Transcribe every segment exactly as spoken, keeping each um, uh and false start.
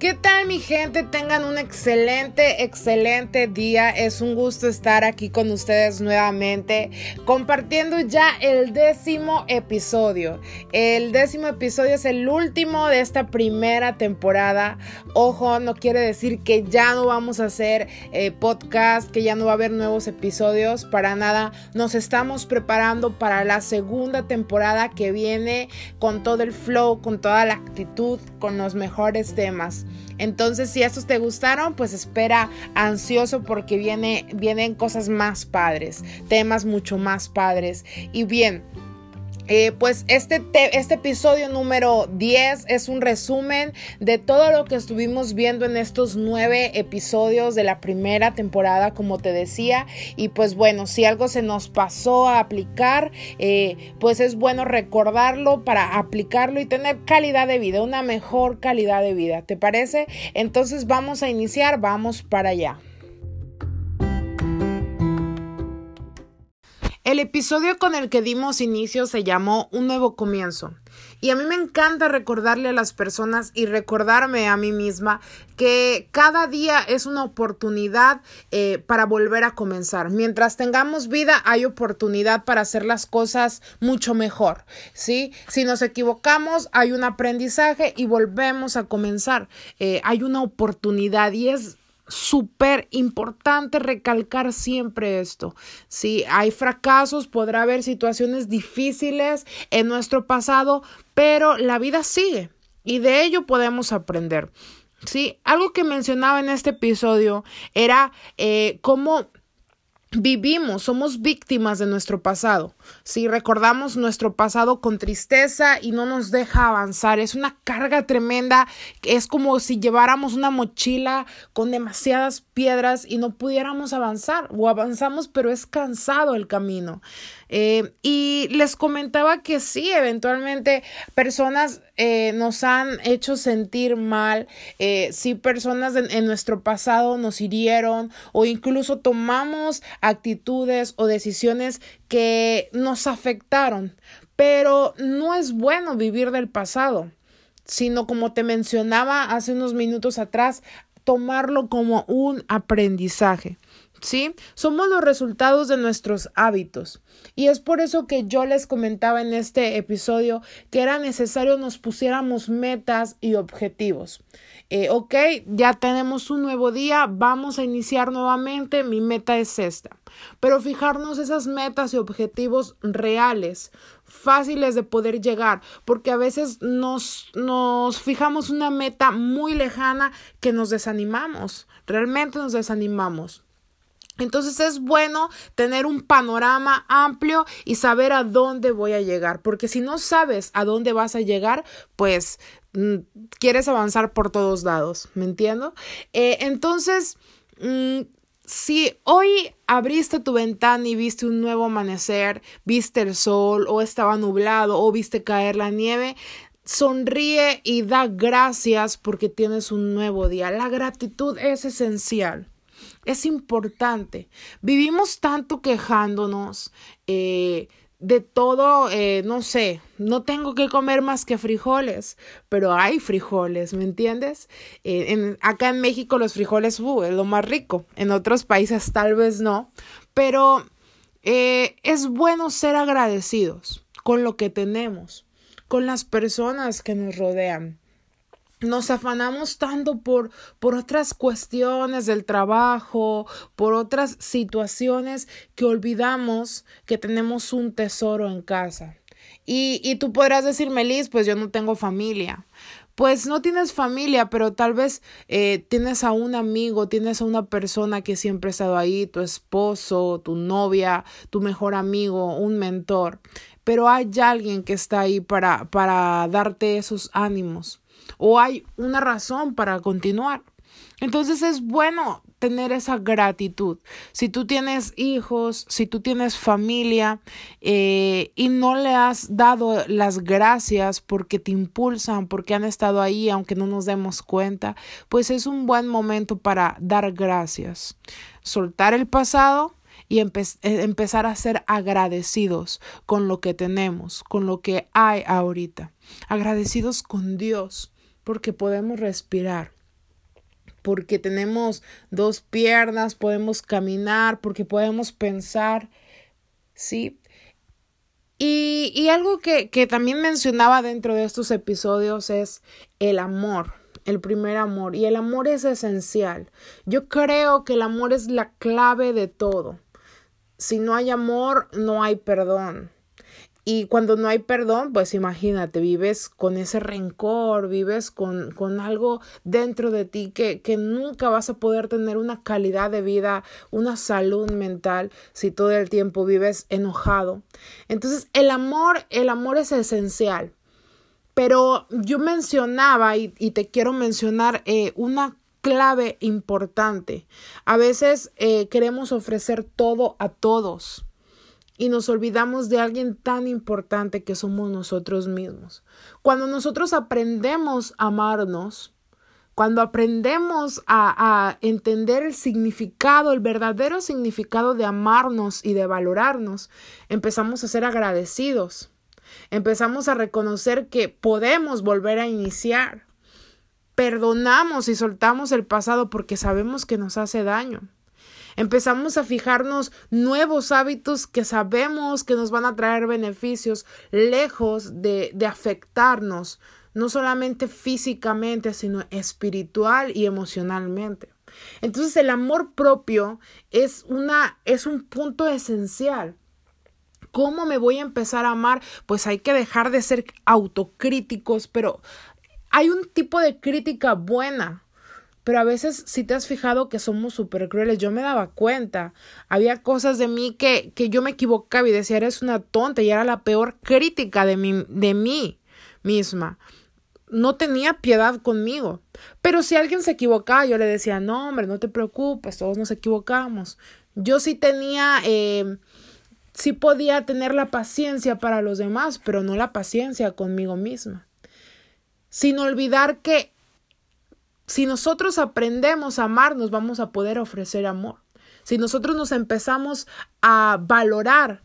¿Qué tal, mi gente? Tengan un excelente, excelente día. Es un gusto estar aquí con ustedes nuevamente, compartiendo ya el décimo episodio. El décimo episodio es el último de esta primera temporada. Ojo, no quiere decir que ya no vamos a hacer eh, podcast, que ya no va a haber nuevos episodios. Para nada, nos estamos preparando para la segunda temporada que viene con todo el flow, con toda la actitud, con los mejores temas. Entonces, si estos te gustaron, pues espera ansioso porque viene, vienen cosas más padres, temas mucho más padres. Y bien, Eh, pues este, te, este episodio número diez es un resumen de todo lo que estuvimos viendo en estos nueve episodios de la primera temporada, como te decía. Y pues bueno, si algo se nos pasó a aplicar, eh, pues es bueno recordarlo para aplicarlo y tener calidad de vida, una mejor calidad de vida. ¿Te parece? Entonces vamos a iniciar, vamos para allá. El episodio con el que dimos inicio se llamó Un Nuevo Comienzo. Y a mí me encanta recordarle a las personas y recordarme a mí misma que cada día es una oportunidad eh, para volver a comenzar. Mientras tengamos vida, hay oportunidad para hacer las cosas mucho mejor, ¿sí? Si nos equivocamos, hay un aprendizaje y volvemos a comenzar. Eh, hay una oportunidad y es súper importante recalcar siempre esto. Si hay fracasos, podrá haber situaciones difíciles en nuestro pasado, pero la vida sigue y de ello podemos aprender. Sí, algo que mencionaba en este episodio era eh, cómo vivimos, somos víctimas de nuestro pasado. Si recordamos nuestro pasado con tristeza y no nos deja avanzar, es una carga tremenda, es como si lleváramos una mochila con demasiadas piedras y no pudiéramos avanzar, o avanzamos pero es cansado el camino. Eh, y les comentaba que sí, eventualmente personas eh, nos han hecho sentir mal, eh, sí, personas en, en nuestro pasado nos hirieron o incluso tomamos actitudes o decisiones que nos afectaron, pero no es bueno vivir del pasado, sino como te mencionaba hace unos minutos atrás, tomarlo como un aprendizaje. ¿Sí? Somos los resultados de nuestros hábitos y es por eso que yo les comentaba en este episodio que era necesario nos pusiéramos metas y objetivos. Eh, ok, ya tenemos un nuevo día, vamos a iniciar nuevamente, mi meta es esta, pero fijarnos esas metas y objetivos reales, fáciles de poder llegar, porque a veces nos, nos fijamos una meta muy lejana que nos desanimamos, realmente nos desanimamos. Entonces es bueno tener un panorama amplio y saber a dónde voy a llegar, porque si no sabes a dónde vas a llegar, pues mm, quieres avanzar por todos lados, ¿me entiendo? Eh, entonces, mm, si hoy abriste tu ventana y viste un nuevo amanecer, viste el sol o estaba nublado o viste caer la nieve, sonríe y da gracias porque tienes un nuevo día. La gratitud es esencial. Es importante. Vivimos tanto quejándonos eh, de todo, eh, no sé, no tengo que comer más que frijoles, pero hay frijoles, ¿me entiendes? Eh, en, acá en México los frijoles uh, es lo más rico, en otros países tal vez no, pero eh, es bueno ser agradecidos con lo que tenemos, con las personas que nos rodean. Nos afanamos tanto por, por otras cuestiones del trabajo, por otras situaciones que olvidamos que tenemos un tesoro en casa. Y, y tú podrás decirme, Liz, pues yo no tengo familia. Pues no tienes familia, pero tal vez eh, tienes a un amigo, tienes a una persona que siempre ha estado ahí, tu esposo, tu novia, tu mejor amigo, un mentor. Pero hay alguien que está ahí para, para darte esos ánimos. O hay una razón para continuar. Entonces es bueno tener esa gratitud. Si tú tienes hijos, si tú tienes familia eh, y no le has dado las gracias porque te impulsan, porque han estado ahí aunque no nos demos cuenta, pues es un buen momento para dar gracias. Soltar el pasado y empe- empezar a ser agradecidos con lo que tenemos, con lo que hay ahorita. Agradecidos con Dios porque podemos respirar. porque tenemos dos piernas, podemos caminar, porque podemos pensar, ¿sí? Y, y algo que, que también mencionaba dentro de estos episodios es el amor, el primer amor. Y el amor es esencial. Yo creo que el amor es la clave de todo. Si no hay amor, no hay perdón. Y cuando no hay perdón, pues imagínate, vives con ese rencor, vives con, con algo dentro de ti que, que nunca vas a poder tener una calidad de vida, una salud mental si todo el tiempo vives enojado. Entonces, el amor, el amor es esencial. Pero yo mencionaba y, y te quiero mencionar eh, una clave importante. A veces eh, queremos ofrecer todo a todos. Y nos olvidamos de alguien tan importante que somos nosotros mismos. Cuando nosotros aprendemos a amarnos, cuando aprendemos a, a entender el significado, el verdadero significado de amarnos y de valorarnos, empezamos a ser agradecidos. Empezamos a reconocer que podemos volver a iniciar. Perdonamos y soltamos el pasado porque sabemos que nos hace daño. Empezamos a fijarnos nuevos hábitos que sabemos que nos van a traer beneficios lejos de, de afectarnos, no solamente físicamente, sino espiritual y emocionalmente. Entonces el amor propio es, una, es un punto esencial. ¿Cómo me voy a empezar a amar? Pues hay que dejar de ser autocríticos, pero hay un tipo de crítica buena. Pero a veces si te has fijado que somos súper crueles, yo me daba cuenta, había cosas de mí que, que yo me equivocaba y decía, eres una tonta, y era la peor crítica de mí, de mí misma. No tenía piedad conmigo, pero si alguien se equivocaba, yo le decía, no hombre, no te preocupes, todos nos equivocamos. Yo sí tenía, eh, sí podía tener la paciencia para los demás, pero no la paciencia conmigo misma. Sin olvidar que si nosotros aprendemos a amarnos, vamos a poder ofrecer amor. Si nosotros nos empezamos a valorar,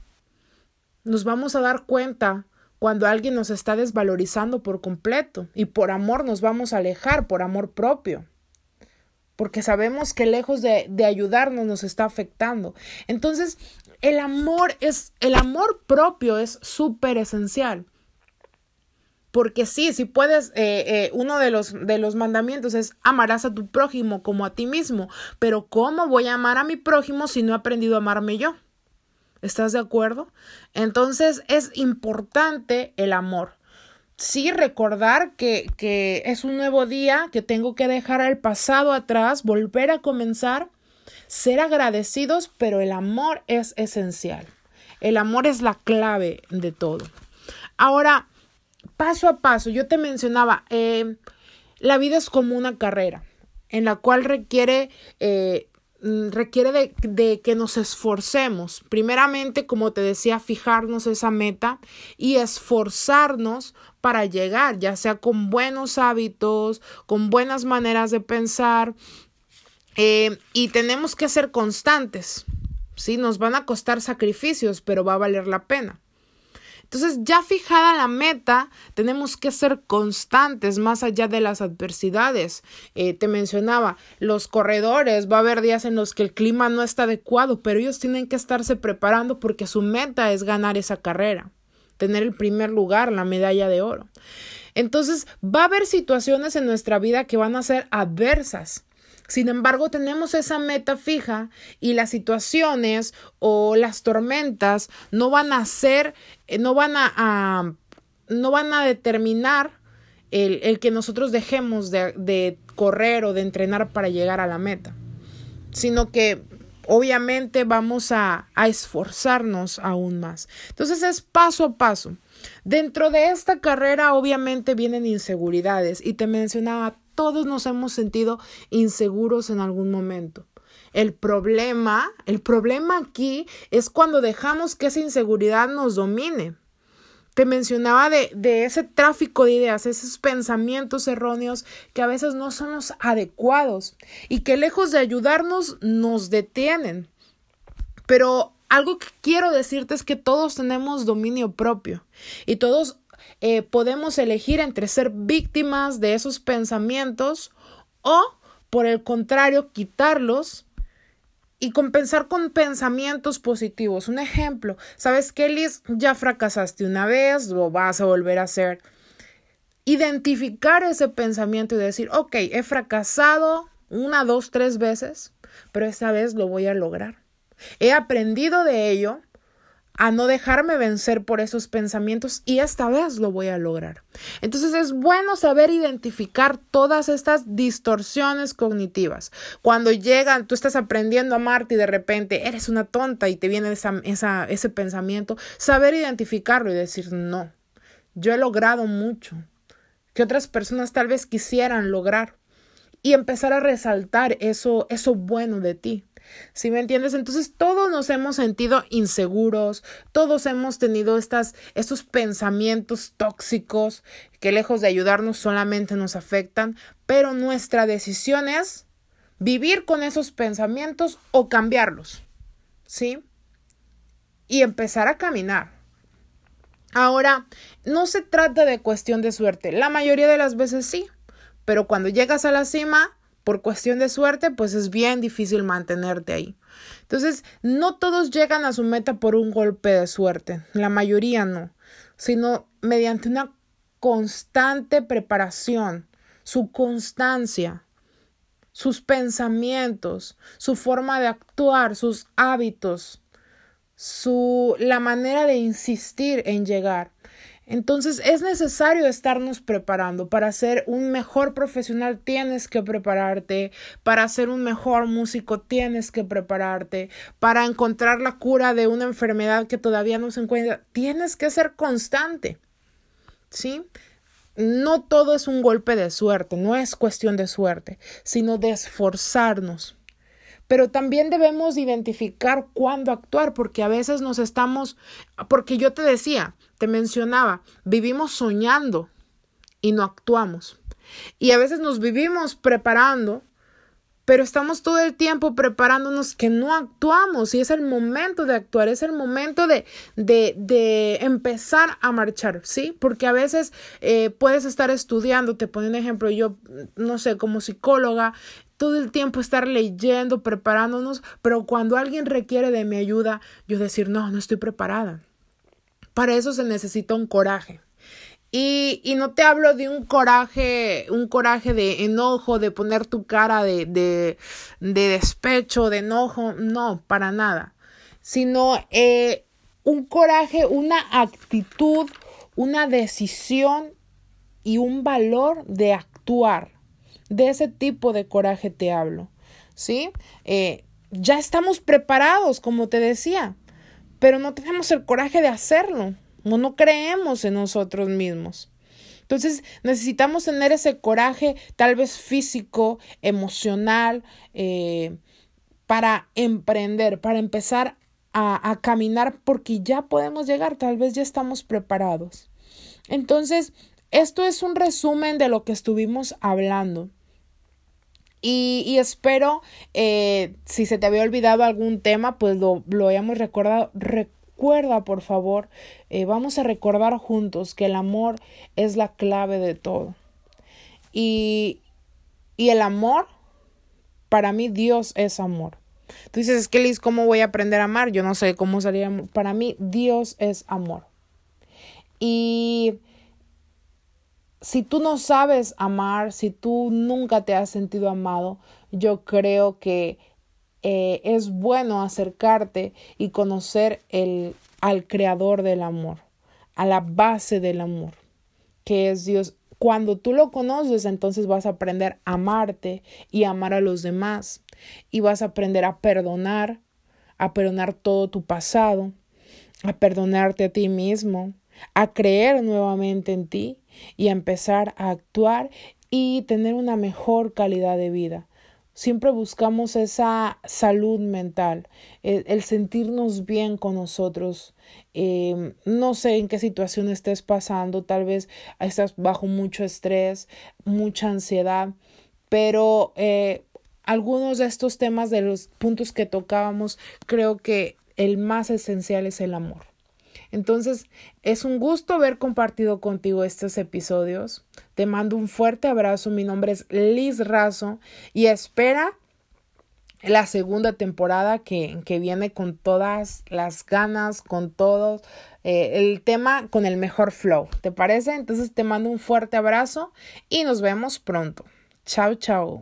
nos vamos a dar cuenta cuando alguien nos está desvalorizando por completo. Y por amor nos vamos a alejar, por amor propio. Porque sabemos que lejos de, de ayudarnos nos está afectando. Entonces, el amor es, el amor propio es súper esencial. Porque sí, sí puedes, eh, eh, uno de los, de los mandamientos es amarás a tu prójimo como a ti mismo. Pero ¿cómo voy a amar a mi prójimo si no he aprendido a amarme yo? ¿Estás de acuerdo? Entonces es importante el amor. Sí, recordar que, que es un nuevo día, que tengo que dejar el pasado atrás, volver a comenzar, ser agradecidos, pero el amor es esencial. El amor es la clave de todo. Ahora, paso a paso, yo te mencionaba, eh, la vida es como una carrera en la cual requiere, eh, requiere de, de que nos esforcemos. Primeramente, como te decía, fijarnos esa meta y esforzarnos para llegar, ya sea con buenos hábitos, con buenas maneras de pensar, eh, y tenemos que ser constantes. Sí, nos van a costar sacrificios, pero va a valer la pena. Entonces, ya fijada la meta, tenemos que ser constantes más allá de las adversidades. Eh, te mencionaba, los corredores, va a haber días en los que el clima no está adecuado, pero ellos tienen que estarse preparando porque su meta es ganar esa carrera, tener el primer lugar, la medalla de oro. Entonces, va a haber situaciones en nuestra vida que van a ser adversas. Sin embargo, tenemos esa meta fija y las situaciones o las tormentas no van a ser, no van a, a no van a determinar el, el que nosotros dejemos de, de correr o de entrenar para llegar a la meta, sino que obviamente vamos a, a esforzarnos aún más. Entonces es paso a paso. Dentro de esta carrera obviamente vienen inseguridades y te mencionaba, todos nos hemos sentido inseguros en algún momento. El problema, el problema aquí es cuando dejamos que esa inseguridad nos domine. Te mencionaba de, de ese tráfico de ideas, esos pensamientos erróneos que a veces no son los adecuados y que lejos de ayudarnos nos detienen. Pero algo que quiero decirte es que todos tenemos dominio propio y todos Eh, podemos elegir entre ser víctimas de esos pensamientos o por el contrario, quitarlos y compensar con pensamientos positivos. Un ejemplo, ¿sabes qué, Liz? Ya fracasaste una vez, lo vas a volver a hacer. Identificar ese pensamiento y decir, ok, he fracasado una, dos, tres veces, pero esta vez lo voy a lograr. He aprendido de ello a no dejarme vencer por esos pensamientos y esta vez lo voy a lograr. Entonces es bueno saber identificar todas estas distorsiones cognitivas. Cuando llegan, tú estás aprendiendo a amarte y de repente eres una tonta y te viene esa, esa, ese pensamiento, saber identificarlo y decir no, yo he logrado mucho que otras personas tal vez quisieran lograr y empezar a resaltar eso, eso bueno de ti. ¿Sí me entiendes? Entonces todos nos hemos sentido inseguros, todos hemos tenido estas, estos pensamientos tóxicos que lejos de ayudarnos solamente nos afectan, pero nuestra decisión es vivir con esos pensamientos o cambiarlos, ¿sí? Y empezar a caminar. Ahora, no se trata de cuestión de suerte, la mayoría de las veces sí, pero cuando llegas a la cima, por cuestión de suerte, pues es bien difícil mantenerte ahí. Entonces, no todos llegan a su meta por un golpe de suerte, la mayoría no, sino mediante una constante preparación, su constancia, sus pensamientos, su forma de actuar, sus hábitos, su, la manera de insistir en llegar. Entonces es necesario estarnos preparando. Para ser un mejor profesional tienes que prepararte, para ser un mejor músico tienes que prepararte, para encontrar la cura de una enfermedad que todavía no se encuentra, tienes que ser constante, ¿sí? No todo es un golpe de suerte, no es cuestión de suerte, sino de esforzarnos. Pero también debemos identificar cuándo actuar, porque a veces nos estamos, porque yo te decía, te mencionaba, vivimos soñando y no actuamos. Y a veces nos vivimos preparando, pero estamos todo el tiempo preparándonos que no actuamos. Y es el momento de actuar, es el momento de, de, de empezar a marchar, ¿sí? Porque a veces eh, puedes estar estudiando, te pongo un ejemplo, yo, no sé, como psicóloga, todo el tiempo estar leyendo, preparándonos, pero cuando alguien requiere de mi ayuda, yo decir, no, no estoy preparada. Para eso se necesita un coraje. Y, y no te hablo de un coraje, un coraje de enojo, de poner tu cara de, de, de despecho, de enojo, no, para nada. Sino eh, un coraje, una actitud, una decisión y un valor de actuar. De ese tipo de coraje te hablo, ¿sí? Eh, ya estamos preparados, como te decía, pero no tenemos el coraje de hacerlo, o no creemos en nosotros mismos. Entonces necesitamos tener ese coraje, tal vez físico, emocional, eh, para emprender, para empezar a, a caminar, porque ya podemos llegar, tal vez ya estamos preparados. Entonces, esto es un resumen de lo que estuvimos hablando. Y, y espero, eh, si se te había olvidado algún tema, pues lo, lo hayamos recordado. Recuerda, por favor, eh, vamos a recordar juntos que el amor es la clave de todo. Y, y el amor, para mí, Dios es amor. Tú dices, es que Liz, ¿cómo voy a aprender a amar? Yo no sé cómo sería. Para mí, Dios es amor. Y si tú no sabes amar, si tú nunca te has sentido amado, yo creo que eh, es bueno acercarte y conocer el, al creador del amor, a la base del amor, que es Dios. Cuando tú lo conoces, entonces vas a aprender a amarte y amar a los demás. Y vas a aprender a perdonar, a perdonar todo tu pasado, a perdonarte a ti mismo, a creer nuevamente en ti y a empezar a actuar y tener una mejor calidad de vida. Siempre buscamos esa salud mental, el, el sentirnos bien con nosotros. Eh, no sé en qué situación estés pasando, tal vez estás bajo mucho estrés, mucha ansiedad, pero eh, algunos de estos temas, de los puntos que tocábamos, creo que el más esencial es el amor. Entonces, es un gusto haber compartido contigo estos episodios. Te mando un fuerte abrazo. Mi nombre es Liz Razo y espera la segunda temporada que, que viene con todas las ganas, con todo eh, el tema, con el mejor flow. ¿Te parece? Entonces te mando un fuerte abrazo y nos vemos pronto. Chao, chao.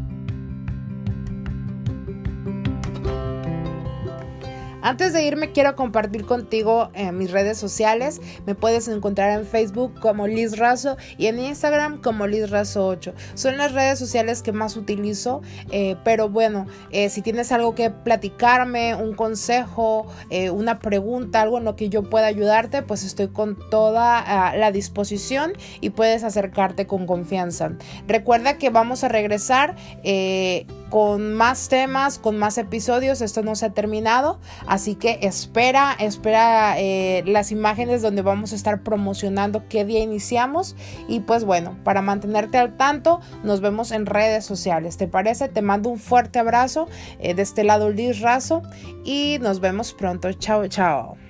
Antes de irme, quiero compartir contigo eh, mis redes sociales. Me puedes encontrar en Facebook como Liz Razo y en Instagram como Liz Razo ocho. Son las redes sociales que más utilizo, eh, pero bueno, eh, si tienes algo que platicarme, un consejo, eh, una pregunta, algo en lo que yo pueda ayudarte, pues estoy con toda uh, la disposición y puedes acercarte con confianza. Recuerda que vamos a regresar eh, con más temas, con más episodios. Esto no se ha terminado. Así que espera, espera eh, las imágenes donde vamos a estar promocionando qué día iniciamos. Y pues bueno, para mantenerte al tanto, nos vemos en redes sociales. ¿Te parece? Te mando un fuerte abrazo. Eh, de este lado, Liz Razo. Y nos vemos pronto. Chao, chao.